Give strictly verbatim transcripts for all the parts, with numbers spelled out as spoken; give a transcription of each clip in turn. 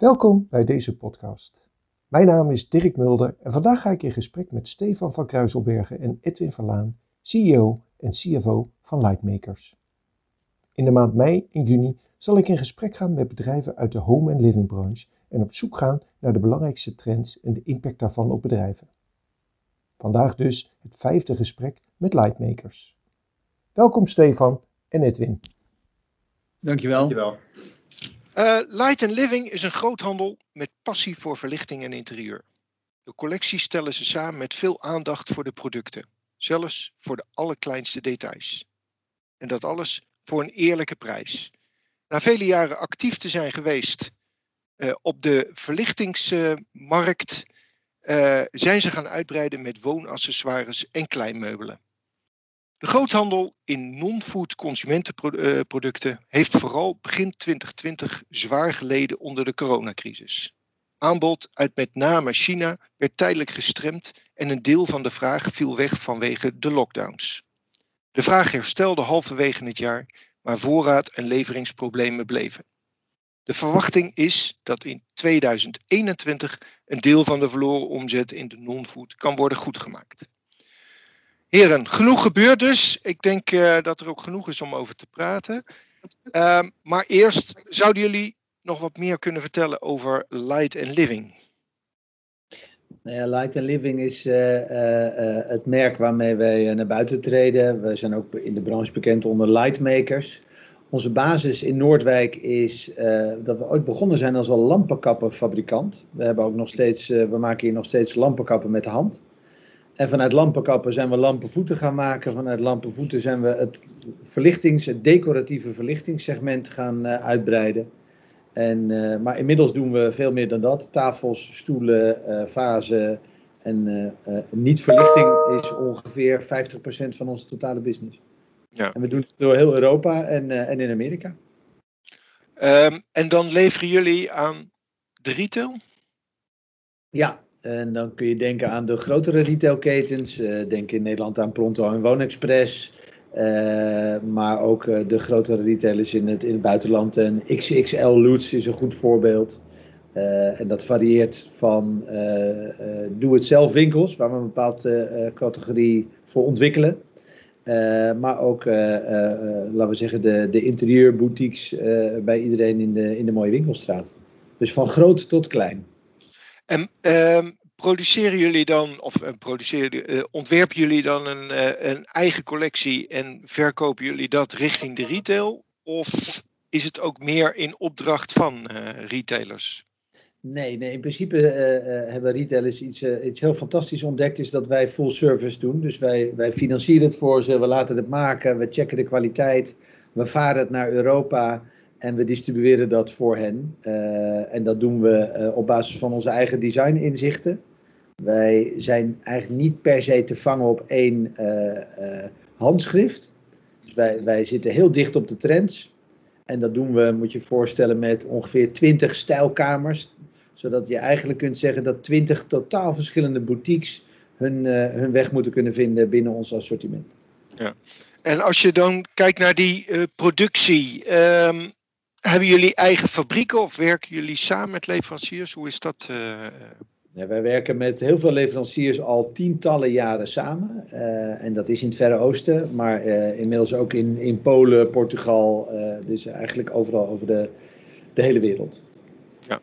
Welkom bij deze podcast. Mijn naam is Dirk Mulder en vandaag ga ik in gesprek met Stefan van Kruiselbergen en Edwin van Laan, C E O en C F O van Lightmakers. In de maand mei en juni zal ik in gesprek gaan met bedrijven uit de home en living branche en op zoek gaan naar de belangrijkste trends en de impact daarvan op bedrijven. Vandaag dus het vijfde gesprek met Lightmakers. Welkom Stefan en Edwin. Dankjewel. Dankjewel. Uh, Light and Living is een groothandel met passie voor verlichting en interieur. De collecties stellen ze samen met veel aandacht voor de producten, zelfs voor de allerkleinste details. En dat alles voor een eerlijke prijs. Na vele jaren actief te zijn geweest uh, op de verlichtingsmarkt uh, zijn ze gaan uitbreiden met woonaccessoires en kleinmeubelen. De groothandel in non-food consumentenproducten heeft vooral begin twintig twintig zwaar geleden onder de coronacrisis. Aanbod uit met name China werd tijdelijk gestremd en een deel van de vraag viel weg vanwege de lockdowns. De vraag herstelde halverwege het jaar, maar voorraad- en leveringsproblemen bleven. De verwachting is dat in tweeduizend eenentwintig een deel van de verloren omzet in de non-food kan worden goedgemaakt. Heren, genoeg gebeurd dus. Ik denk uh, dat er ook genoeg is om over te praten. Uh, maar eerst, zouden jullie nog wat meer kunnen vertellen over Light and Living? Nou ja, Light and Living is uh, uh, uh, het merk waarmee wij naar buiten treden. We zijn ook in de branche bekend onder Lightmakers. Onze basis in Noordwijk is uh, dat we ooit begonnen zijn als een lampenkappenfabrikant. We, hebben ook nog steeds, uh, we maken hier nog steeds lampenkappen met de hand. En vanuit lampenkappen zijn we lampenvoeten gaan maken. Vanuit lampenvoeten zijn we het verlichtings, het decoratieve verlichtingssegment gaan uh, uitbreiden. En, uh, maar inmiddels doen we veel meer dan dat. Tafels, stoelen, uh, vazen en uh, uh, niet-verlichting is ongeveer vijftig procent van onze totale business. Ja. En we doen het door heel Europa en, uh, en in Amerika. Um, en dan leveren jullie aan de retail? Ja. En dan kun je denken aan de grotere retailketens. Uh, denk in Nederland aan Pronto en Woonexpress. Uh, maar ook uh, de grotere retailers in het, in het buitenland. En X X L Lutz is een goed voorbeeld. Uh, en dat varieert van uh, uh, doe-het-zelf winkels, waar we een bepaalde uh, categorie voor ontwikkelen. Uh, maar ook, uh, uh, uh, laten we zeggen, de, de interieurboutiques uh, bij iedereen in de, in de mooie winkelstraat. Dus van groot tot klein. En uh, produceren jullie dan, of uh, produceren, uh, ontwerpen jullie dan een, uh, een eigen collectie en verkopen jullie dat richting de retail? Of is het ook meer in opdracht van uh, retailers? Nee, nee, in principe uh, uh, hebben retailers iets, uh, iets heel fantastisch ontdekt, is dat wij full service doen. Dus wij, wij financieren het voor ze, we laten het maken, we checken de kwaliteit, we varen het naar Europa. En we distribueren dat voor hen. Uh, en dat doen we uh, op basis van onze eigen design-inzichten. Wij zijn eigenlijk niet per se te vangen op één uh, uh, handschrift. Dus wij, wij zitten heel dicht op de trends. En dat doen we, moet je je voorstellen, met ongeveer twintig stijlkamers. Zodat je eigenlijk kunt zeggen dat twintig totaal verschillende boutiques hun, uh, hun weg moeten kunnen vinden binnen ons assortiment. Ja. En als je dan kijkt naar die uh, productie... Um... Hebben jullie eigen fabrieken of werken jullie samen met leveranciers? Hoe is dat? Uh... Ja, wij werken met heel veel leveranciers al tientallen jaren samen. Uh, en dat is in het Verre Oosten, maar uh, inmiddels ook in, in Polen, Portugal. Uh, dus eigenlijk overal over de, de hele wereld. Ja.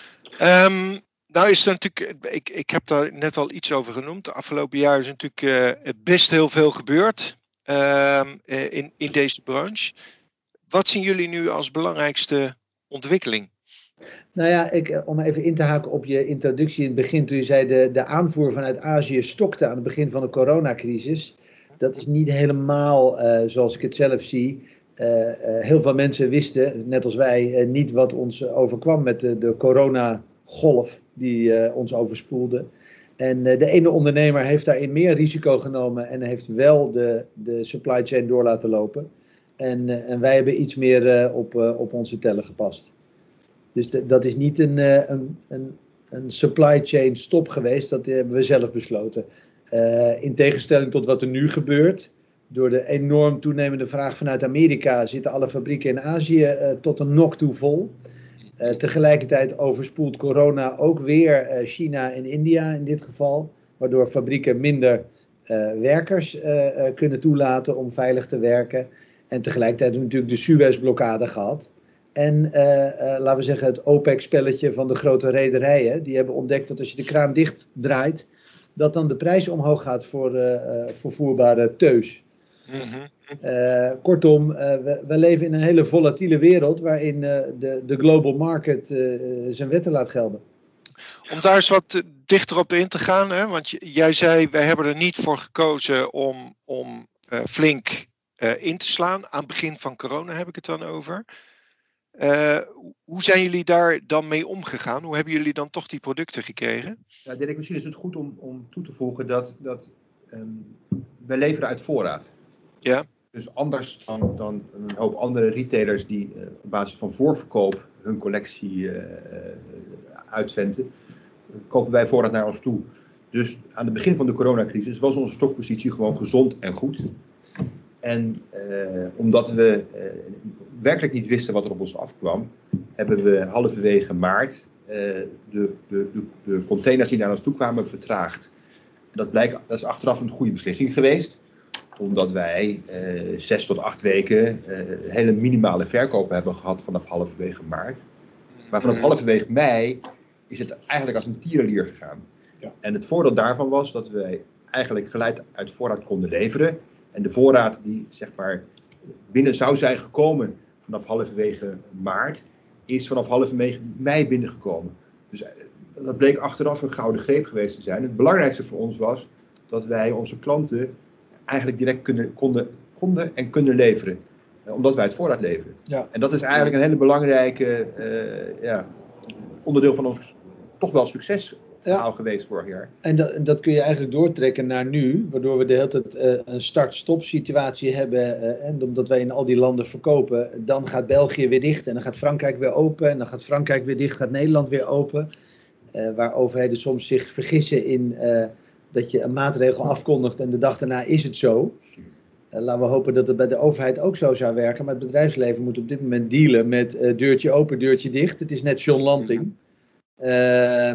Um, nou is er natuurlijk, ik, ik heb daar net al iets over genoemd. De afgelopen jaar is natuurlijk uh, best heel veel gebeurd uh, in, in deze branche. Wat zien jullie nu als belangrijkste ontwikkeling? Nou ja, ik, om even in te haken op je introductie in het begin, toen je zei de, de aanvoer vanuit Azië stokte aan het begin van de coronacrisis. Dat is niet helemaal uh, zoals ik het zelf zie. Uh, uh, heel veel mensen wisten, net als wij, uh, niet wat ons overkwam met de, de coronagolf die uh, ons overspoelde. En uh, de ene ondernemer heeft daarin meer risico genomen en heeft wel de, de supply chain door laten lopen. En, uh, en wij hebben iets meer uh, op, uh, op onze tellen gepast. Dus de, dat is niet een, uh, een, een, een supply chain stop geweest, dat hebben we zelf besloten. Uh, in tegenstelling tot wat er nu gebeurt, door de enorm toenemende vraag vanuit Amerika zitten alle fabrieken in Azië uh, tot een nok toe vol. Uh, tegelijkertijd overspoelt corona ook weer uh, China en India in dit geval. Waardoor fabrieken minder uh, werkers uh, uh, kunnen toelaten om veilig te werken. En tegelijkertijd hebben we natuurlijk de Suez-blokkade gehad. En uh, uh, laten we zeggen het OPEC-spelletje van de grote rederijen. Die hebben ontdekt dat als je de kraan dicht draait, dat dan de prijs omhoog gaat voor uh, uh, vervoerbare teus. Mm-hmm. Uh, kortom, uh, we, we leven in een hele volatiele wereld waarin uh, de, de global market uh, zijn wetten laat gelden. Om daar eens wat dichter op in te gaan, hè? Want jij zei, wij hebben er niet voor gekozen om, om uh, flink uh, in te slaan. Aan het begin van corona heb ik het dan over. Uh, hoe zijn jullie daar dan mee omgegaan? Hoe hebben jullie dan toch die producten gekregen? Ja, Dirk, misschien is het goed om, om toe te voegen dat, dat um, we leveren uit voorraad. Ja. Dus anders dan, dan een hoop andere retailers die uh, op basis van voorverkoop hun collectie uh, uh, uitventen, kopen wij voorraad naar ons toe. Dus aan het begin van de coronacrisis was onze stokpositie gewoon gezond en goed. En uh, omdat we uh, werkelijk niet wisten wat er op ons afkwam, hebben we halverwege maart uh, de, de, de, de containers die naar ons toe kwamen vertraagd. En dat, blijkt, dat is achteraf een goede beslissing geweest, omdat wij uh, zes tot acht weken uh, hele minimale verkopen hebben gehad vanaf halverwege maart. Maar vanaf halverwege mei is het eigenlijk als een tierenlier gegaan. Ja. En het voordeel daarvan was dat wij eigenlijk geleid uit voorraad konden leveren. En de voorraad die zeg maar binnen zou zijn gekomen vanaf halverwege maart, is vanaf halverwege mei binnengekomen. Dus dat bleek achteraf een gouden greep geweest te zijn. Het belangrijkste voor ons was dat wij onze klanten eigenlijk direct kunnen, konden, konden en kunnen leveren. Omdat wij het voorraad leveren. Ja. En dat is eigenlijk een hele belangrijke uh, ja, onderdeel van ons toch wel succes. Ja. geweest vorig jaar. En dat, dat kun je eigenlijk doortrekken naar nu, waardoor we de hele tijd uh, een start-stop situatie hebben. Uh, en omdat wij in al die landen verkopen, dan gaat België weer dicht en dan gaat Frankrijk weer open en dan gaat Frankrijk weer dicht, gaat Nederland weer open. Uh, waar overheden soms zich vergissen in uh, dat je een maatregel afkondigt en de dag daarna is het zo. Uh, laten we hopen dat het bij de overheid ook zo zou werken, maar het bedrijfsleven moet op dit moment dealen met uh, deurtje open, deurtje dicht. Het is net John Lanting. Uh,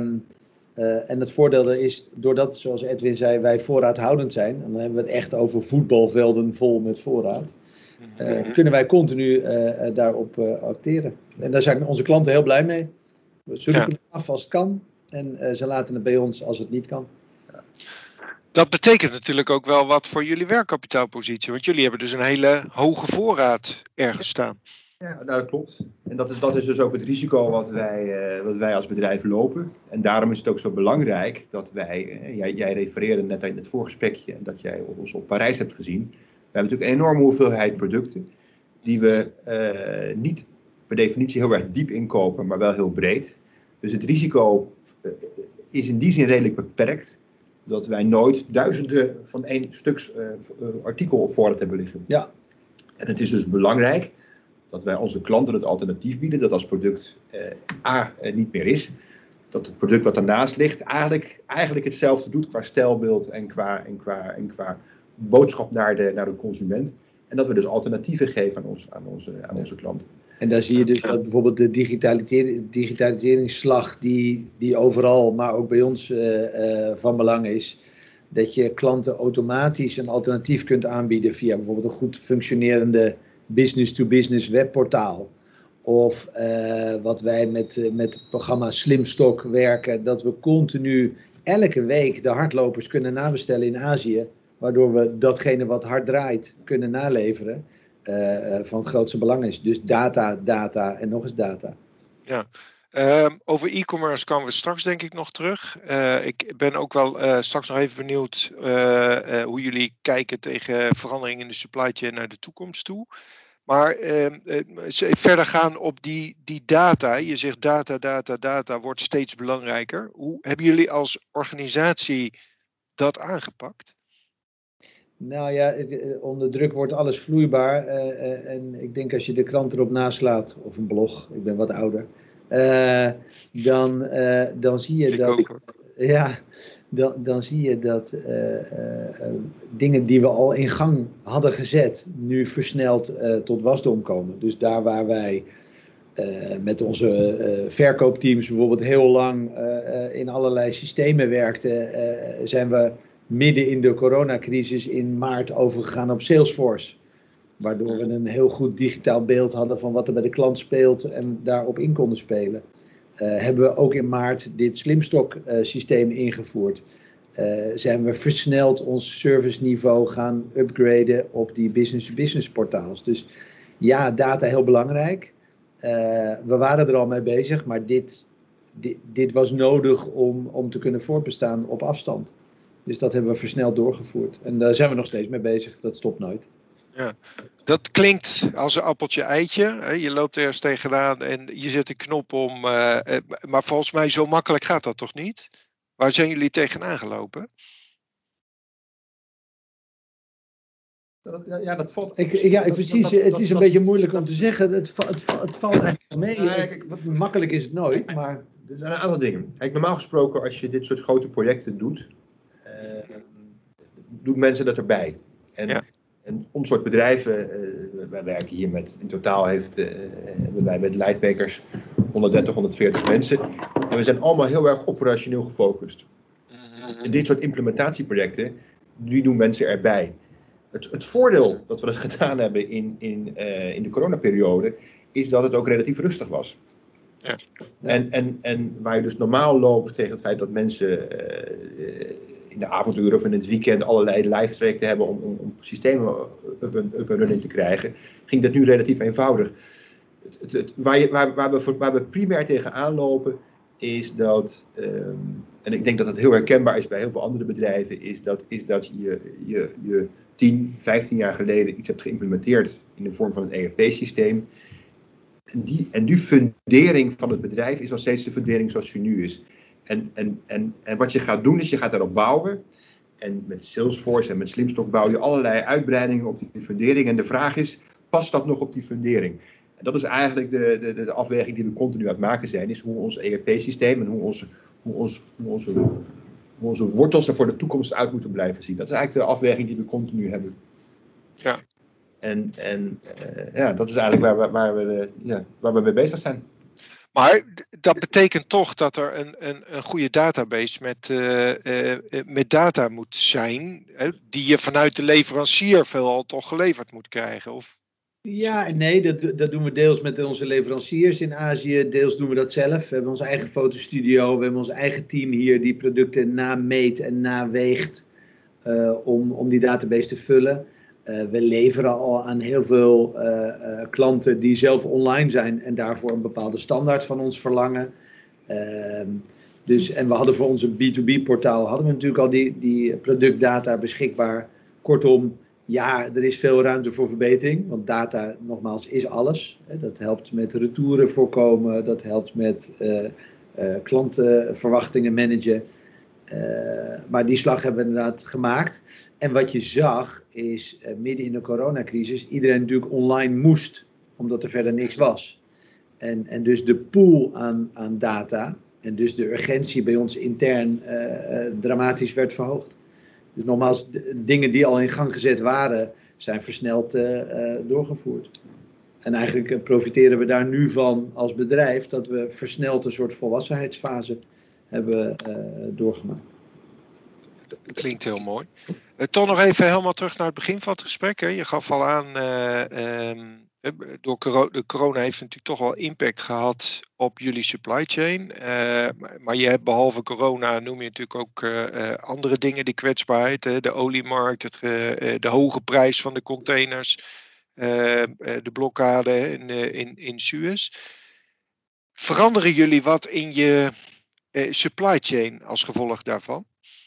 Uh, en het voordeel is, doordat, zoals Edwin zei, wij voorraadhoudend zijn, en dan hebben we het echt over voetbalvelden vol met voorraad, uh, kunnen wij continu uh, daarop uh, acteren. En daar zijn onze klanten heel blij mee. We zullen ja. het af als het kan, en uh, ze laten het bij ons als het niet kan. Ja. Dat betekent natuurlijk ook wel wat voor jullie werkkapitaalpositie, want jullie hebben dus een hele hoge voorraad ergens staan. Ja, nou, dat klopt. En dat is, dat is dus ook het risico wat wij, uh, wat wij als bedrijf lopen. En daarom is het ook zo belangrijk dat wij, uh, jij, jij refereerde net in het voorgesprekje dat jij ons op Parijs hebt gezien. We hebben natuurlijk een enorme hoeveelheid producten die we uh, niet per definitie heel erg diep inkopen, maar wel heel breed. Dus het risico uh, is in die zin redelijk beperkt. Dat wij nooit duizenden van één stuk uh, uh, artikel op voorraad hebben liggen. Ja. En het is dus belangrijk dat wij onze klanten het alternatief bieden, dat als product uh, A uh, niet meer is, dat het product wat ernaast ligt eigenlijk, eigenlijk hetzelfde doet qua stijlbeeld en qua, en qua, en qua boodschap naar de, naar de consument. En dat we dus alternatieven geven aan, ons, aan, onze, aan onze klanten. En daar zie je dus dat bijvoorbeeld de digitalisering, digitaliseringsslag die, die overal, maar ook bij ons uh, uh, van belang is, dat je klanten automatisch een alternatief kunt aanbieden via bijvoorbeeld een goed functionerende business-to-business webportaal. Of uh, wat wij met, uh, met het programma Slimstock werken, dat we continu elke week de hardlopers kunnen nabestellen in Azië, waardoor we datgene wat hard draait kunnen naleveren, uh, uh, van het grootste belang is. Dus data, data en nog eens data. Ja. Uh, over e-commerce komen we straks denk ik nog terug. Uh, ik ben ook wel uh, straks nog even benieuwd uh, uh, hoe jullie kijken tegen veranderingen in de supply chain naar de toekomst toe. Maar uh, uh, verder gaan op die, die data. Je zegt data, data, data wordt steeds belangrijker. Hoe hebben jullie als organisatie dat aangepakt? Nou ja, onder druk wordt alles vloeibaar. Uh, uh, en ik denk als je de krant erop naslaat, of een blog, ik ben wat ouder. Uh, dan, uh, dan zie je ik dat. Ook, ja, dan, dan zie je dat uh, uh, dingen die we al in gang hadden gezet, nu versneld uh, tot wasdom komen. Dus daar waar wij uh, met onze uh, verkoopteams bijvoorbeeld heel lang uh, uh, in allerlei systemen werkten, uh, zijn we midden in de coronacrisis in maart overgegaan op Salesforce. Waardoor we een heel goed digitaal beeld hadden van wat er bij de klant speelt en daarop in konden spelen. Uh, hebben we ook in maart dit Slimstock uh, systeem ingevoerd. Uh, zijn we versneld ons serviceniveau gaan upgraden op die business-to-business portaals. Dus ja, data heel belangrijk. Uh, we waren er al mee bezig, maar dit, dit, dit was nodig om, om te kunnen voortbestaan op afstand. Dus dat hebben we versneld doorgevoerd. En daar zijn we nog steeds mee bezig, dat stopt nooit. Ja, dat klinkt als een appeltje-eitje. Je loopt ergens tegenaan en je zet een knop om. Uh, maar volgens mij zo makkelijk gaat dat toch niet? Waar zijn jullie tegenaan gelopen? Ja, dat valt. Ik, ja, ik, precies. Dat, dat, het is een dat, beetje moeilijk om te zeggen. Het, het, het, het valt eigenlijk mee. Nou ja, kijk, wat, makkelijk is het nooit. Maar er zijn een aantal dingen. Kijk, normaal gesproken, als je dit soort grote projecten doet, uh, doen mensen dat erbij. En, ja. en ons soort bedrijven, uh, wij werken hier met, in totaal heeft, uh, hebben wij met Lightmakers honderddertig, honderdveertig mensen. En we zijn allemaal heel erg operationeel gefocust. Mm-hmm. En dit soort implementatieprojecten, die doen mensen erbij. Het, het voordeel dat we dat gedaan hebben in, in, uh, in de coronaperiode, is dat het ook relatief rustig was. Ja. En, en, en waar je dus normaal loopt tegen het feit dat mensen uh, in de avonduren of in het weekend allerlei live trajecten hebben om, om, om systemen up en, up en running te krijgen, ging dat nu relatief eenvoudig. Het, het, het, waar, je, waar, waar, we, waar we primair tegenaan lopen, is dat, um, en ik denk dat het heel herkenbaar is bij heel veel andere bedrijven, is dat, is dat je, je, je tien, vijftien jaar geleden iets hebt geïmplementeerd in de vorm van een E R P-systeem. En die, en die fundering van het bedrijf is nog steeds de fundering zoals die nu is. En, en, en, en wat je gaat doen is, je gaat daarop bouwen. En met Salesforce en met Slimstock bouw je allerlei uitbreidingen op die fundering. En de vraag is, past dat nog op die fundering? En dat is eigenlijk de, de, de afweging die we continu aan het maken zijn. Is hoe ons E R P-systeem en hoe onze, hoe, ons, hoe, onze, hoe onze wortels er voor de toekomst uit moeten blijven zien. Dat is eigenlijk de afweging die we continu hebben. Ja. En, en uh, ja, dat is eigenlijk waar we, waar, we, uh, ja, waar we mee bezig zijn. Maar dat betekent toch dat er een, een, een goede database met, uh, uh, met data moet zijn, hè, die je vanuit de leverancier veelal toch geleverd moet krijgen? Of? Ja en nee, dat, dat doen we deels met onze leveranciers in Azië, deels doen we dat zelf. We hebben onze eigen fotostudio, we hebben ons eigen team hier die producten nameet en naweegt uh, om, om die database te vullen. Uh, we leveren al aan heel veel uh, uh, klanten die zelf online zijn en daarvoor een bepaalde standaard van ons verlangen. Uh, dus, en we hadden voor onze B twee B portaal hadden we natuurlijk al die, die productdata beschikbaar. Kortom, ja, er is veel ruimte voor verbetering, want data, nogmaals, is alles. Dat helpt met retouren voorkomen, dat helpt met uh, uh, klantenverwachtingen managen. Uh, maar die slag hebben we inderdaad gemaakt. En wat je zag is, uh, midden in de coronacrisis, iedereen natuurlijk online moest, omdat er verder niks was. En, en dus de pool aan, aan data en dus de urgentie bij ons intern uh, uh, dramatisch werd verhoogd. Dus nogmaals, de dingen die al in gang gezet waren, zijn versneld uh, uh, doorgevoerd. En eigenlijk uh, profiteren we daar nu van als bedrijf, dat we versneld een soort volwassenheidsfase hebben uh, doorgemaakt. Dat klinkt heel mooi. Uh, toch nog even helemaal terug naar het begin van het gesprek. Hè. Je gaf al aan, uh, um, door corona, de corona heeft natuurlijk toch wel impact gehad op jullie supply chain. Uh, maar, maar je hebt behalve corona, noem je natuurlijk ook uh, uh, andere dingen, die kwetsbaarheid. Hè, de oliemarkt, het, uh, de hoge prijs van de containers, uh, uh, de blokkade in, uh, in, in Suez. Veranderen jullie wat in je uh, supply chain als gevolg daarvan?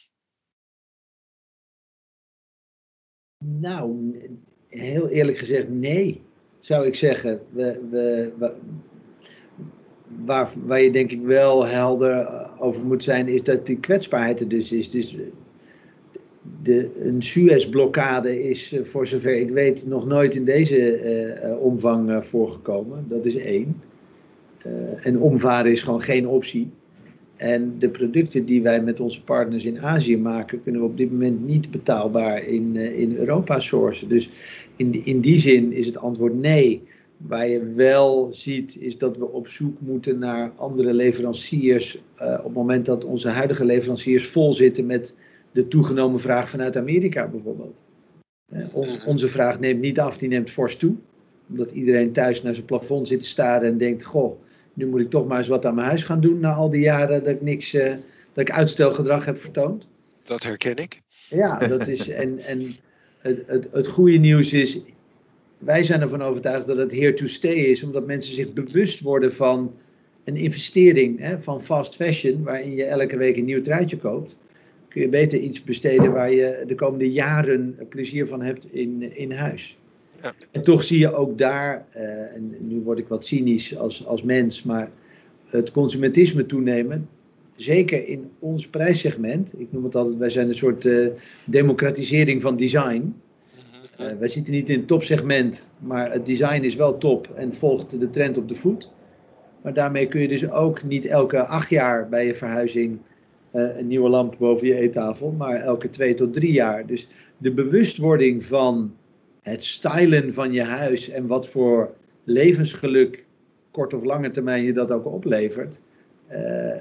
Nou, heel eerlijk gezegd, nee, zou ik zeggen. We, we, we, waar, waar je denk ik wel helder over moet zijn, is dat die kwetsbaarheid er dus is. Dus de, een Suez-blokkade is, voor zover ik weet, nog nooit in deze uh, omvang uh, voorgekomen. Dat is één. Uh, en omvaren is gewoon geen optie. En de producten die wij met onze partners in Azië maken, kunnen we op dit moment niet betaalbaar in, uh, in Europa sourcen. Dus in, in die zin is het antwoord nee. Waar je wel ziet is dat we op zoek moeten naar andere leveranciers. Uh, op het moment dat onze huidige leveranciers vol zitten met de toegenomen vraag vanuit Amerika bijvoorbeeld. Uh, ons, onze vraag neemt niet af, die neemt fors toe. Omdat iedereen thuis naar zijn plafond zit te staren en denkt, goh, nu moet ik toch maar eens wat aan mijn huis gaan doen na al die jaren dat ik niks, uh, dat ik uitstelgedrag heb vertoond. Dat herken ik. Ja, dat is, en, en het, het, het goede nieuws is, wij zijn ervan overtuigd dat het here to stay is, omdat mensen zich bewust worden van een investering, hè, van fast fashion, waarin je elke week een nieuw truitje koopt. Kun je beter iets besteden waar je de komende jaren plezier van hebt in, in huis. Ja. En toch zie je ook daar, uh, en nu word ik wat cynisch als, als mens, maar het consumentisme toenemen. Zeker in ons prijssegment. Ik noem het altijd, wij zijn een soort uh, democratisering van design. Uh, wij zitten niet in het topsegment, maar het design is wel top en volgt de trend op de voet. Maar daarmee kun je dus ook niet elke acht jaar bij je verhuizing uh, een nieuwe lamp boven je eettafel, maar elke twee tot drie jaar. Dus de bewustwording van het stylen van je huis en wat voor levensgeluk, kort of lange termijn, je dat ook oplevert, uh,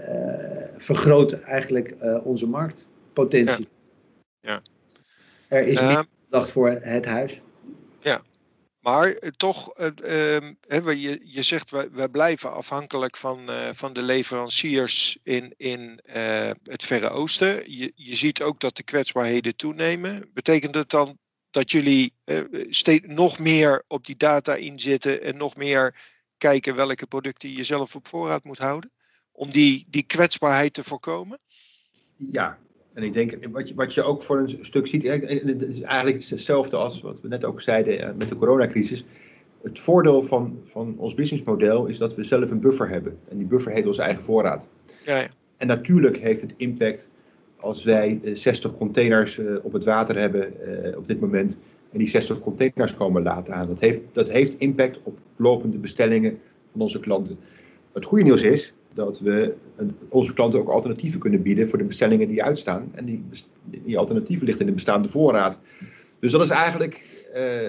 uh, vergroot eigenlijk uh, onze marktpotentie. Ja. Ja. Er is uh, meer aandacht voor het huis. Ja, maar uh, toch, uh, uh, je, je zegt wij, wij blijven afhankelijk van, uh, van de leveranciers in, in uh, het Verre Oosten. Je, je ziet ook dat de kwetsbaarheden toenemen. Betekent het dan dat jullie uh, steeds nog meer op die data inzitten en nog meer kijken welke producten je zelf op voorraad moet houden? Om die, die kwetsbaarheid te voorkomen? Ja, en ik denk wat je, wat je ook voor een stuk ziet, het is eigenlijk hetzelfde als wat we net ook zeiden met de coronacrisis. Het voordeel van, van ons businessmodel is dat we zelf een buffer hebben. En die buffer heet onze eigen voorraad. Ja, ja. En natuurlijk heeft het impact als wij zestig containers op het water hebben op dit moment. En die zestig containers komen laten aan. Dat heeft, dat heeft impact op lopende bestellingen van onze klanten. Het goede nieuws is dat we een, onze klanten ook alternatieven kunnen bieden voor de bestellingen die uitstaan. En die, die alternatieven liggen in de bestaande voorraad. Dus dat is eigenlijk,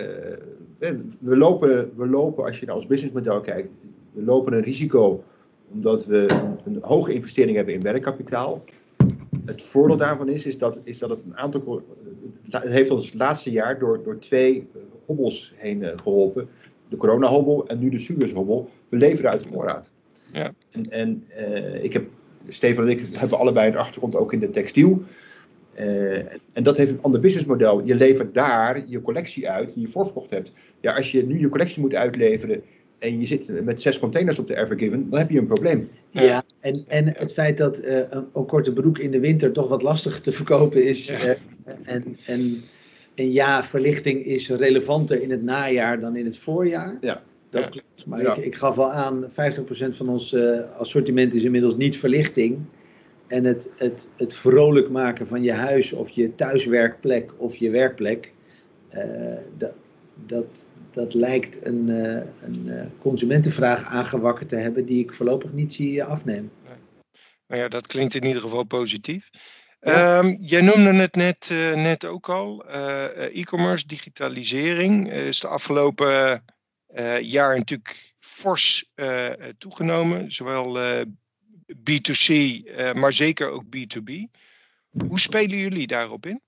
uh, we, lopen, we lopen, als je naar ons businessmodel kijkt, we lopen een risico omdat we een, een hoge investering hebben in werkkapitaal. Het voordeel daarvan is, is, dat, is dat het een aantal, het heeft ons het laatste jaar door, door twee hobbels heen uh, geholpen. De corona-hobbel en nu de Suez-hobbel. We leveren uit voorraad. Ja. En, en uh, ik heb, Stefan en ik hebben allebei een achtergrond ook in de textiel. Uh, en dat heeft een ander businessmodel. Je levert daar je collectie uit die je voorverkocht hebt. Ja, als je nu je collectie moet uitleveren en je zit met zes containers op de Evergiven, dan heb je een probleem. Ja, en, en het feit dat uh, een, een korte broek in de winter toch wat lastig te verkopen is. Ja. Uh, en, en, en ja, verlichting is relevanter in het najaar dan in het voorjaar. Ja. Dat ja. klopt. Maar ja. ik, ik gaf al aan, vijftig procent van ons uh, assortiment is inmiddels niet verlichting. En het, het, het vrolijk maken van je huis of je thuiswerkplek of je werkplek, uh, dat, dat, dat lijkt een, uh, een uh, consumentenvraag aangewakkerd te hebben die ik voorlopig niet zie afnemen. Nou ja, dat klinkt in ieder geval positief. Ja. Um, jij noemde het net, uh, net ook al, uh, e-commerce, digitalisering uh, is de afgelopen uh, jaar natuurlijk fors uh, toegenomen, zowel uh, B to C, uh, maar zeker ook B to B. Hoe spelen jullie daarop in?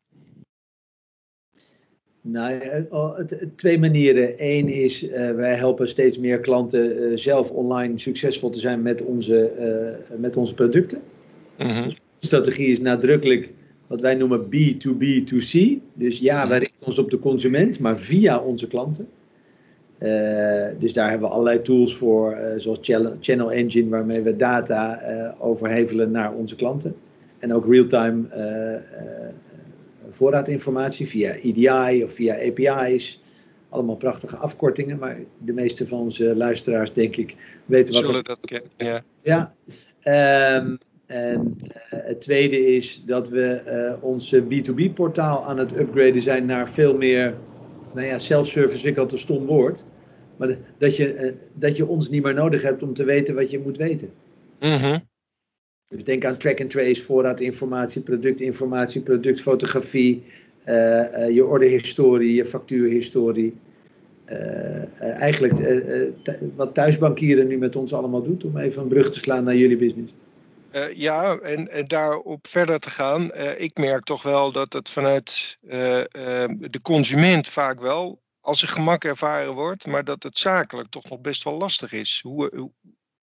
Nou, twee manieren. Eén is, uh, wij helpen steeds meer klanten uh, zelf online succesvol te zijn met onze, uh, met onze producten. Mm-hmm. Dus de strategie is nadrukkelijk wat wij noemen B to B to C. Dus ja, wij richten ons op de consument, maar via onze klanten. Uh, dus daar hebben we allerlei tools voor, uh, zoals Channel Engine, waarmee we data uh, overhevelen naar onze klanten. En ook real-time uh, uh, voorraadinformatie via E D I of via A P I's. Allemaal prachtige afkortingen, maar de meeste van onze luisteraars, denk ik, weten wat... Zullen dat kennen, ja. Ja. Um, en uh, het tweede is dat we uh, onze B to B portaal aan het upgraden zijn naar veel meer... Nou ja, self-service vind ik altijd een stom woord. Maar dat je, uh, dat je ons niet meer nodig hebt om te weten wat je moet weten. Mm-hmm. Dus denk aan track and trace, voorraadinformatie, productinformatie, productfotografie, uh, uh, je orderhistorie, je factuurhistorie. uh, uh, eigenlijk uh, uh, th- wat thuisbankieren nu met ons allemaal doet, om even een brug te slaan naar jullie business. Uh, ja, en, en daarop verder te gaan. Uh, ik merk toch wel dat het vanuit uh, uh, de consument vaak wel als een gemak ervaren wordt, maar dat het zakelijk toch nog best wel lastig is. Hoe, hoe,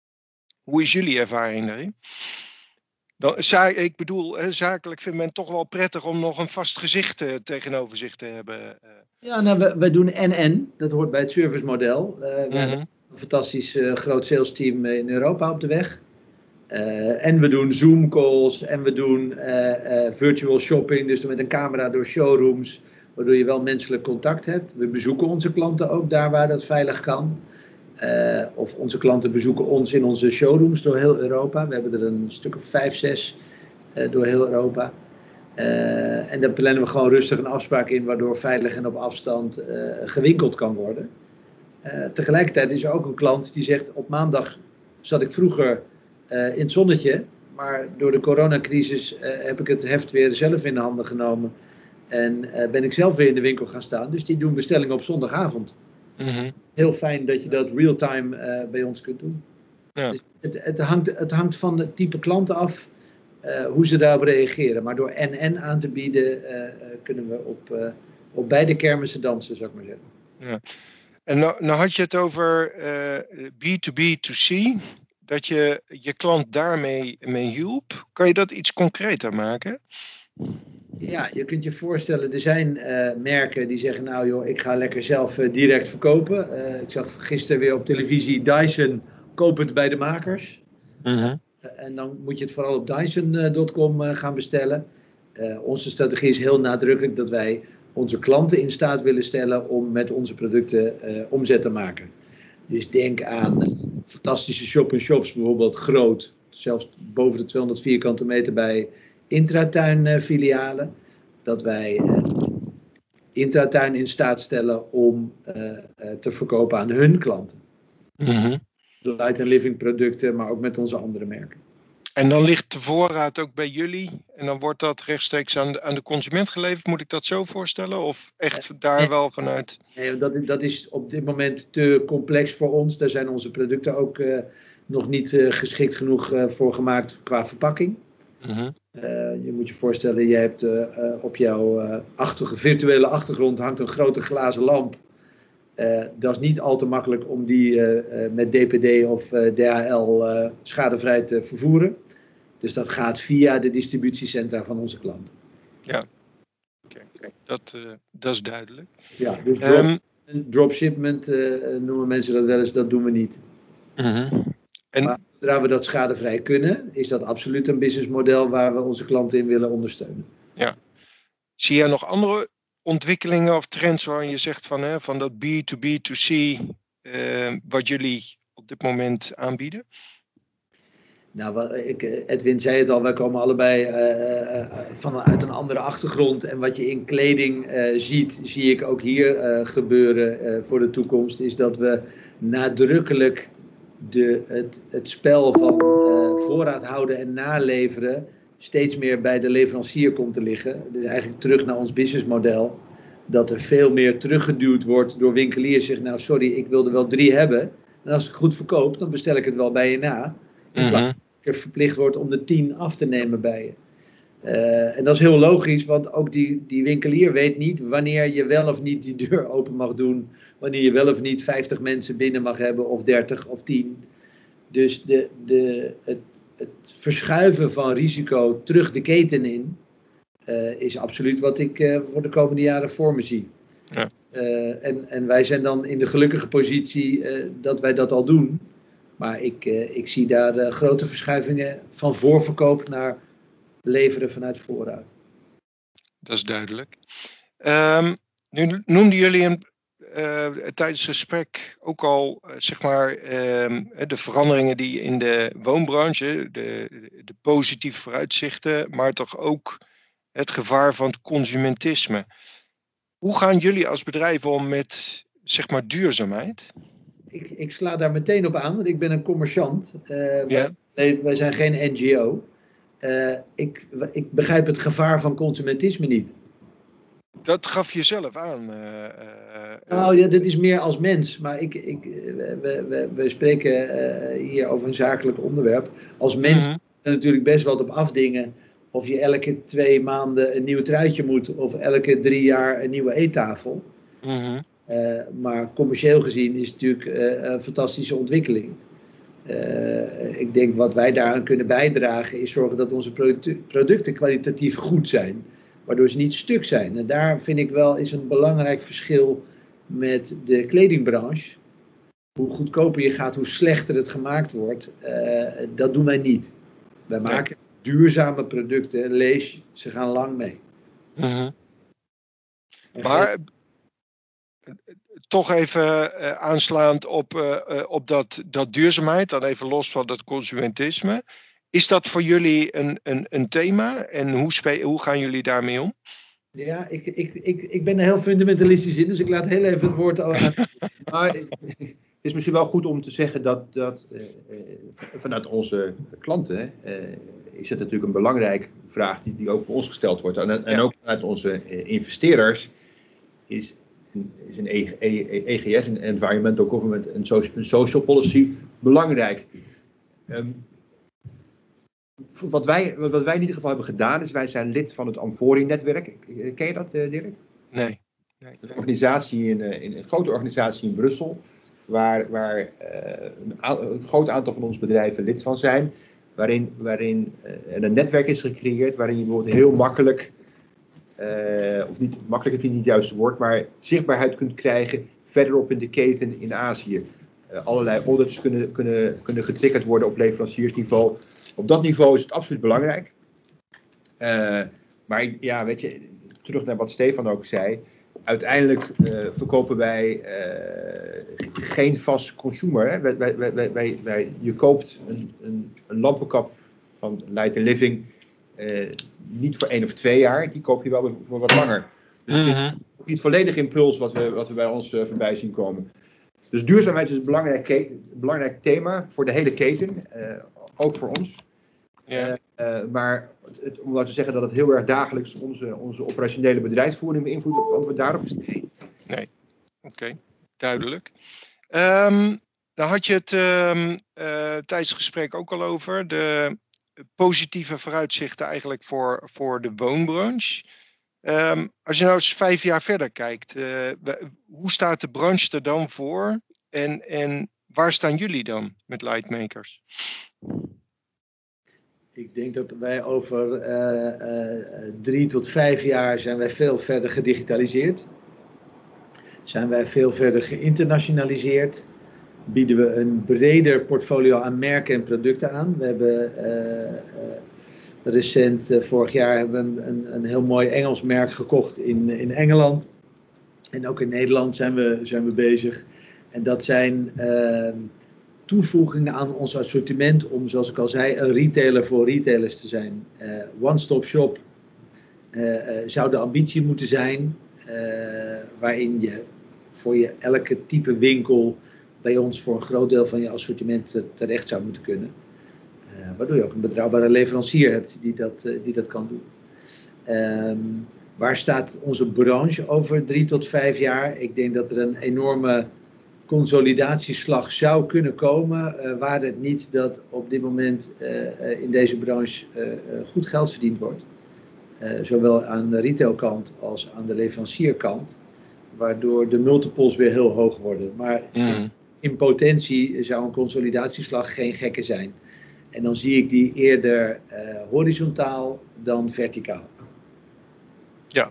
hoe is jullie ervaring daarin? Dan, za- ik bedoel, hè, zakelijk vindt men toch wel prettig om nog een vast gezicht uh, tegenover zich te hebben. Uh. Ja, nou, we, we doen en-en. Dat hoort bij het servicemodel. Uh, we mm-hmm. hebben een fantastisch uh, groot sales team in Europa op de weg. Uh, en we doen Zoom calls en we doen uh, uh, virtual shopping, dus met een camera door showrooms, waardoor je wel menselijk contact hebt. We bezoeken onze klanten ook daar waar dat veilig kan. Uh, of onze klanten bezoeken ons in onze showrooms door heel Europa. We hebben er een stuk of vijf, zes uh, door heel Europa. Uh, en dan plannen we gewoon rustig een afspraak in, waardoor veilig en op afstand uh, gewinkeld kan worden. Uh, tegelijkertijd is er ook een klant die zegt, op maandag zat ik vroeger uh, in het zonnetje, maar door de coronacrisis uh, heb ik het heft weer zelf in de handen genomen. En uh, ben ik zelf weer in de winkel gaan staan. Dus die doen bestellingen op zondagavond. Mm-hmm. Heel fijn dat je dat real-time uh, bij ons kunt doen. Ja. Dus het, het, hangt, het hangt van het type klanten af uh, hoe ze daarop reageren. Maar door en-en aan te bieden uh, uh, kunnen we op, uh, op beide kermissen dansen, zou ik maar zeggen. Ja. En nou, nou had je het over uh, B to B to C. Dat je je klant daarmee mee hielp. Kan je dat iets concreter maken? Ja, je kunt je voorstellen, er zijn uh, merken die zeggen, nou joh, ik ga lekker zelf uh, direct verkopen. Uh, ik zag gisteren weer op televisie Dyson, koop het bij de makers. Uh-huh. Uh, en dan moet je het vooral op Dyson dot com uh, gaan bestellen. Uh, onze strategie is heel nadrukkelijk dat wij onze klanten in staat willen stellen om met onze producten uh, omzet te maken. Dus denk aan fantastische shop-in-shops, bijvoorbeeld groot, zelfs boven de tweehonderd vierkante meter bij Intratuin filialen, dat wij uh, Intratuin in staat stellen om uh, uh, te verkopen aan hun klanten. Mm-hmm. De Light and Living producten, maar ook met onze andere merken. En dan ligt de voorraad ook bij jullie en dan wordt dat rechtstreeks aan de, aan de consument geleverd. Moet ik dat zo voorstellen? Of echt daar nee, wel vanuit? Nee, dat, dat is op dit moment te complex voor ons. Daar zijn onze producten ook uh, nog niet uh, geschikt genoeg uh, voor gemaakt qua verpakking. Uh-huh. Uh, je moet je voorstellen, je hebt uh, uh, op jouw uh, achtige, virtuele achtergrond hangt een grote glazen lamp. Uh, dat is niet al te makkelijk om die uh, uh, met D P D of uh, D H L uh, schadevrij te vervoeren. Dus dat gaat via de distributiecentra van onze klanten. Ja, okay, okay. Dat, uh, dat is duidelijk. Ja, dus drop, um, dropshipment uh, noemen mensen dat wel eens, dat doen we niet. Uh-huh. En maar zodra we dat schadevrij kunnen, is dat absoluut een businessmodel waar we onze klanten in willen ondersteunen. Ja. Zie jij nog andere ontwikkelingen of trends waarin je zegt van, hè, van dat B to B to C, uh, wat jullie op dit moment aanbieden? Nou, ik, Edwin zei het al, wij komen allebei uh, uh, vanuit een andere achtergrond. En wat je in kleding uh, ziet, zie ik ook hier uh, gebeuren uh, voor de toekomst, is dat we nadrukkelijk De, het, het spel van uh, voorraad houden en naleveren steeds meer bij de leverancier komt te liggen. Dus eigenlijk terug naar ons businessmodel. Dat er veel meer teruggeduwd wordt door winkeliers. Zeggen, nou sorry, ik wil er wel drie hebben. En als ik goed verkoop, dan bestel ik het wel bij je na. In plaats dat ik er verplicht word om de tien af te nemen bij je. Uh, en dat is heel logisch, want ook die, die winkelier weet niet wanneer je wel of niet die deur open mag doen. Wanneer je wel of niet vijftig mensen binnen mag hebben, of dertig of tien. Dus de, de, het, het verschuiven van risico terug de keten in, uh, is absoluut wat ik uh, voor de komende jaren voor me zie. Ja. Uh, en, en wij zijn dan in de gelukkige positie uh, dat wij dat al doen. Maar ik, uh, ik zie daar uh, grote verschuivingen van voorverkoop naar leveren vanuit voorraad. Dat is duidelijk. Um, nu noemden jullie een, uh, tijdens het gesprek ook al uh, zeg maar, um, de veranderingen die in de woonbranche, de, de positieve vooruitzichten, maar toch ook het gevaar van het consumentisme. Hoe gaan jullie als bedrijf om met zeg maar, duurzaamheid? Ik, ik sla daar meteen op aan, want ik ben een commerciant. Uh, ja. wij, wij zijn geen N G O. Uh, ik, ik begrijp het gevaar van consumentisme niet. Dat gaf je zelf aan. Uh, uh, nou ja, dit is meer als mens. Maar ik, ik, we, we, we spreken uh, hier over een zakelijk onderwerp. Als mens uh-huh. er natuurlijk best wel op afdingen of je elke twee maanden een nieuw truitje moet. Of elke drie jaar een nieuwe eettafel. Uh-huh. Uh, maar commercieel gezien is het natuurlijk uh, een fantastische ontwikkeling. Uh, ik denk wat wij daaraan kunnen bijdragen is zorgen dat onze producten, producten kwalitatief goed zijn. Waardoor ze niet stuk zijn. En daar vind ik wel is een belangrijk verschil met de kledingbranche. Hoe goedkoper je gaat, hoe slechter het gemaakt wordt. Uh, dat doen wij niet. Wij maken nee. duurzame producten. Lees, ze gaan lang mee. Uh-huh. Maar toch even uh, aanslaand op, uh, uh, op dat, dat duurzaamheid. Dan even los van dat consumentisme. Is dat voor jullie een, een, een thema en hoe, spe- hoe gaan jullie daarmee om? Ja, ik, ik, ik, ik ben er heel fundamentalistisch in, dus ik laat heel even het woord aan. Maar het is misschien wel goed om te zeggen dat, dat uh, vanuit onze klanten uh, is het natuurlijk een belangrijke vraag die, die ook voor ons gesteld wordt. En, en ja. ook vanuit onze uh, investeerders is, is een E G S, een Environmental Government and Social, een Social Policy, belangrijk. Um, Wat wij, wat wij in ieder geval hebben gedaan, is wij zijn lid van het Amfori-netwerk. Ken je dat, Dirk? Nee. nee. Een organisatie in, in een grote organisatie in Brussel, waar, waar uh, een, a- een groot aantal van onze bedrijven lid van zijn, waarin, waarin uh, een netwerk is gecreëerd, waarin je bijvoorbeeld heel makkelijk, uh, of niet makkelijk heb je niet het juiste woord, maar zichtbaarheid kunt krijgen verderop in de keten in Azië. Uh, allerlei audits kunnen, kunnen, kunnen getriggerd worden op leveranciersniveau. Op dat niveau is het absoluut belangrijk. Uh, maar ja, weet je, terug naar wat Stefan ook zei. Uiteindelijk uh, verkopen wij uh, geen vast consumer. Hè. Wij, wij, wij, wij, wij, je koopt een, een, een lampenkap van Light and Living uh, niet voor één of twee jaar. Die koop je wel voor wat langer. Dus het is niet volledig impuls wat we, wat we bij ons uh, voorbij zien komen. Dus duurzaamheid is een belangrijk, ke- belangrijk thema voor de hele keten. Uh, ook voor ons. Ja. Uh, uh, maar het, om nou te zeggen dat het heel erg dagelijks onze, onze operationele bedrijfsvoering beïnvloedt, het antwoord daarop is nee. Nee, oké, okay. Duidelijk. Um, daar had je het um, uh, tijdens het gesprek ook al over, de positieve vooruitzichten eigenlijk voor, voor de woonbranche. Um, als je nou eens vijf jaar verder kijkt, uh, hoe staat de branche er dan voor en, en waar staan jullie dan met Lightmakers? Ik denk dat wij over uh, uh, drie tot vijf jaar zijn wij veel verder gedigitaliseerd. Zijn wij veel verder geïnternationaliseerd. Bieden we een breder portfolio aan merken en producten aan. We hebben uh, uh, recent, uh, vorig jaar, hebben we een, een heel mooi Engels merk gekocht in, in Engeland. En ook in Nederland zijn we, zijn we bezig. En dat zijn Uh, toevoegingen aan ons assortiment om, zoals ik al zei, een retailer voor retailers te zijn. Uh, one-stop shop uh, uh, zou de ambitie moeten zijn, uh, waarin je voor je elke type winkel bij ons voor een groot deel van je assortiment terecht zou moeten kunnen. Uh, waardoor je ook een betrouwbare leverancier hebt die dat, uh, die dat kan doen. Um, waar staat onze branche over drie tot vijf jaar? Ik denk dat er een enorme consolidatieslag zou kunnen komen, uh, waar het niet dat op dit moment uh, uh, in deze branche uh, uh, goed geld verdiend wordt. Uh, zowel aan de retailkant als aan de leverancierkant, waardoor de multiples weer heel hoog worden. Maar mm. in potentie zou een consolidatieslag geen gekke zijn. En dan zie ik die eerder uh, horizontaal dan verticaal. Ja.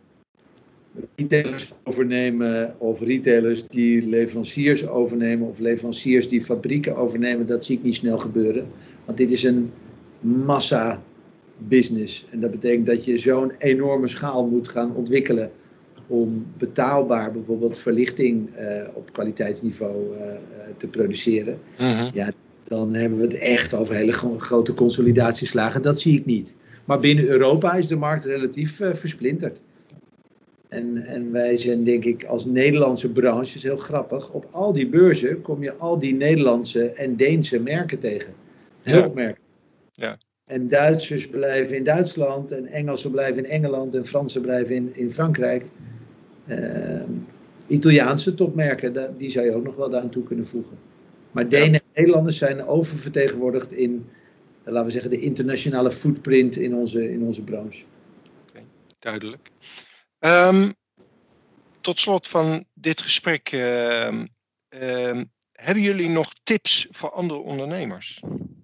Retailers overnemen of retailers die leveranciers overnemen of leveranciers die fabrieken overnemen, dat zie ik niet snel gebeuren. Want dit is een massa business en dat betekent dat je zo'n enorme schaal moet gaan ontwikkelen om betaalbaar bijvoorbeeld verlichting uh, op kwaliteitsniveau uh, uh, te produceren. Uh-huh. Ja, dan hebben we het echt over hele gro- grote consolidatieslagen. Dat zie ik niet. Maar binnen Europa is de markt relatief uh, versplinterd. En, en wij zijn denk ik als Nederlandse branche, is heel grappig, op al die beurzen kom je al die Nederlandse en Deense merken tegen. Heel ja. opmerkelijk. Ja, En Duitsers blijven in Duitsland. En Engelsen blijven in Engeland. En Fransen blijven in, in Frankrijk. Uh, Italiaanse topmerken, die zou je ook nog wel daaraan toe kunnen voegen. Maar Denen en Nederlanders zijn oververtegenwoordigd in, laten we zeggen, de internationale footprint in onze, in onze branche. Okay, duidelijk. Um, tot slot van dit gesprek, uh, uh, hebben jullie nog tips voor andere ondernemers?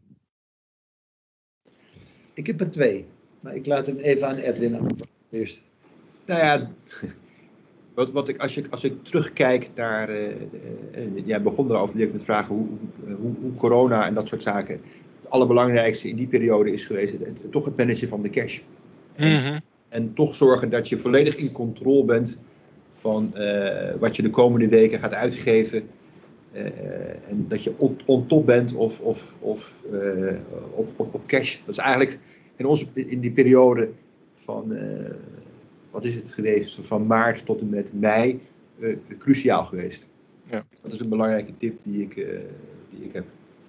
Ik heb er twee, maar ik laat hem even aan Edwin antwoorden eerst. Nou ja, wat, wat ik, als, je, als ik terugkijk naar, uh, uh, jij begon erover Dirk, met vragen hoe, hoe, hoe corona en dat soort zaken, het allerbelangrijkste in die periode is geweest, het, toch het managen van de cash. Mm-hmm. En, en toch zorgen dat je volledig in controle bent van uh, wat je de komende weken gaat uitgeven. Uh, en dat je on, on top bent of, of, of uh, op, op, op cash. Dat is eigenlijk in, onze, in die periode van, uh, wat is het geweest, van maart tot en met mei, uh, cruciaal geweest. Ja. Dat is een belangrijke tip die ik, uh, die ik heb.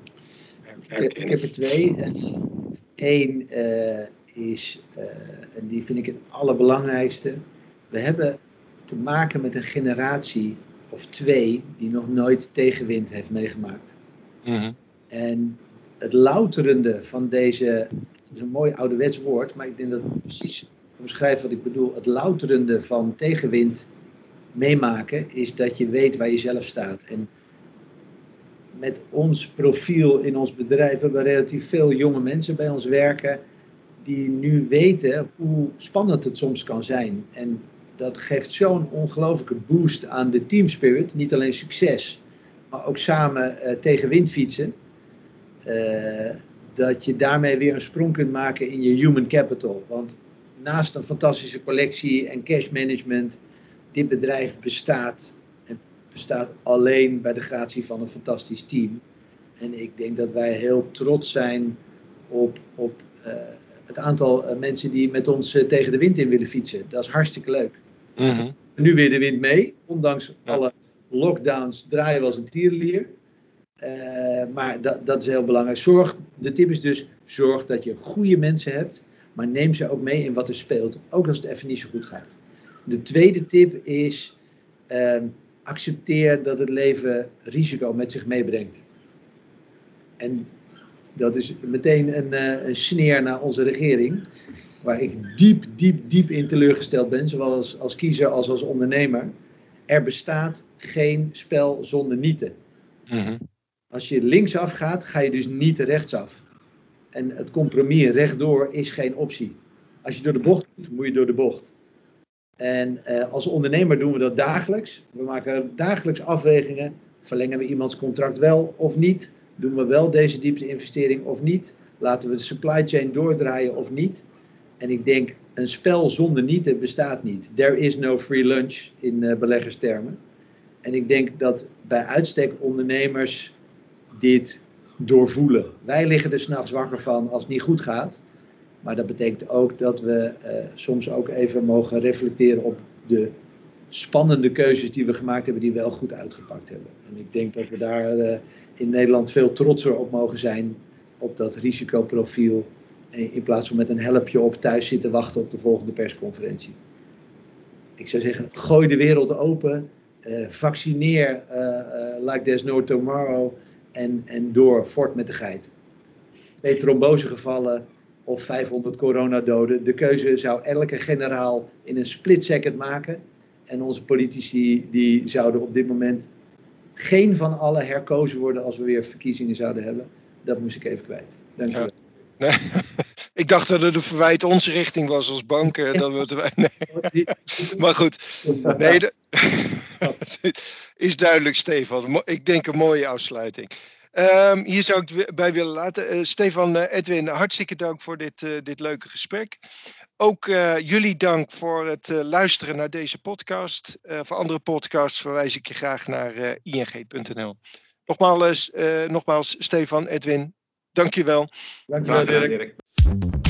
Ik, ik heb er twee. Eén uh, is, uh, en die vind ik het allerbelangrijkste. We hebben te maken met een generatie of twee die nog nooit tegenwind heeft meegemaakt. Mm-hmm. En het louterende van deze, dat is een mooi ouderwets woord, maar ik denk dat het precies omschrijft wat ik bedoel. Het louterende van tegenwind meemaken is dat je weet waar je zelf staat. En met ons profiel in ons bedrijf we hebben relatief veel jonge mensen bij ons werken die nu weten hoe spannend het soms kan zijn. En dat geeft zo'n ongelofelijke boost aan de teamspirit. Niet alleen succes, maar ook samen uh, tegen wind fietsen. Uh, dat je daarmee weer een sprong kunt maken in je human capital. Want naast een fantastische collectie en cash management, dit bedrijf bestaat, en bestaat alleen bij de gratie van een fantastisch team. En ik denk dat wij heel trots zijn op, op uh, het aantal uh, mensen die met ons uh, tegen de wind in willen fietsen. Dat is hartstikke leuk. Mm-hmm. Nu weer de wind mee, ondanks ja. alle lockdowns draaien we als een tierenlier. Uh, maar dat, dat is heel belangrijk. Zorg, de tip is dus, zorg dat je goede mensen hebt, maar neem ze ook mee in wat er speelt, ook als het even niet zo goed gaat. De tweede tip is, uh, accepteer dat het leven risico met zich meebrengt. En dat is meteen een, uh, een sneer naar onze regering, waar ik diep, diep, diep in teleurgesteld ben, zowel als, als kiezer als als ondernemer. Er bestaat geen spel zonder nieten. Mm-hmm. Als je linksaf gaat, ga je dus niet rechtsaf. En het compromis rechtdoor is geen optie. Als je door de bocht moet, moet je door de bocht. En uh, als ondernemer doen we dat dagelijks. We maken dagelijks afwegingen. Verlengen we iemands contract wel of niet? Doen we wel deze diepte-investering of niet? Laten we de supply chain doordraaien of niet? En ik denk, een spel zonder nieten bestaat niet. There is no free lunch in uh, beleggerstermen. En ik denk dat bij uitstek ondernemers dit doorvoelen. Wij liggen er 's nachts wakker van als het niet goed gaat. Maar dat betekent ook dat we uh, soms ook even mogen reflecteren op de spannende keuzes die we gemaakt hebben, die wel goed uitgepakt hebben. En ik denk dat we daar uh, in Nederland veel trotser op mogen zijn, op dat risicoprofiel, in plaats van met een helpje op thuis zitten wachten op de volgende persconferentie. Ik zou zeggen, gooi de wereld open, uh, vaccineer uh, uh, like there's no tomorrow en, en door, voort met de geit. Twee trombosegevallen of vijfhonderd coronadoden. De keuze zou elke generaal in een split second maken. En onze politici die zouden op dit moment geen van allen herkozen worden als we weer verkiezingen zouden hebben. Dat moest ik even kwijt. Dank je wel. Ja. Nee, ik dacht dat het een verwijt onze richting was als bank. Ja. Dat we te... nee. Maar goed. Nee, de... is duidelijk, Stefan. Ik denk een mooie afsluiting. Um, hier zou ik het bij willen laten. Uh, Stefan, uh, Edwin, hartstikke dank voor dit, uh, dit leuke gesprek. Ook uh, jullie dank voor het uh, luisteren naar deze podcast. Uh, voor andere podcasts verwijs ik je graag naar uh, i n g punt n l. Nogmaals, uh, nogmaals, Stefan, Edwin, dank je wel. Dank je wel, Dirk.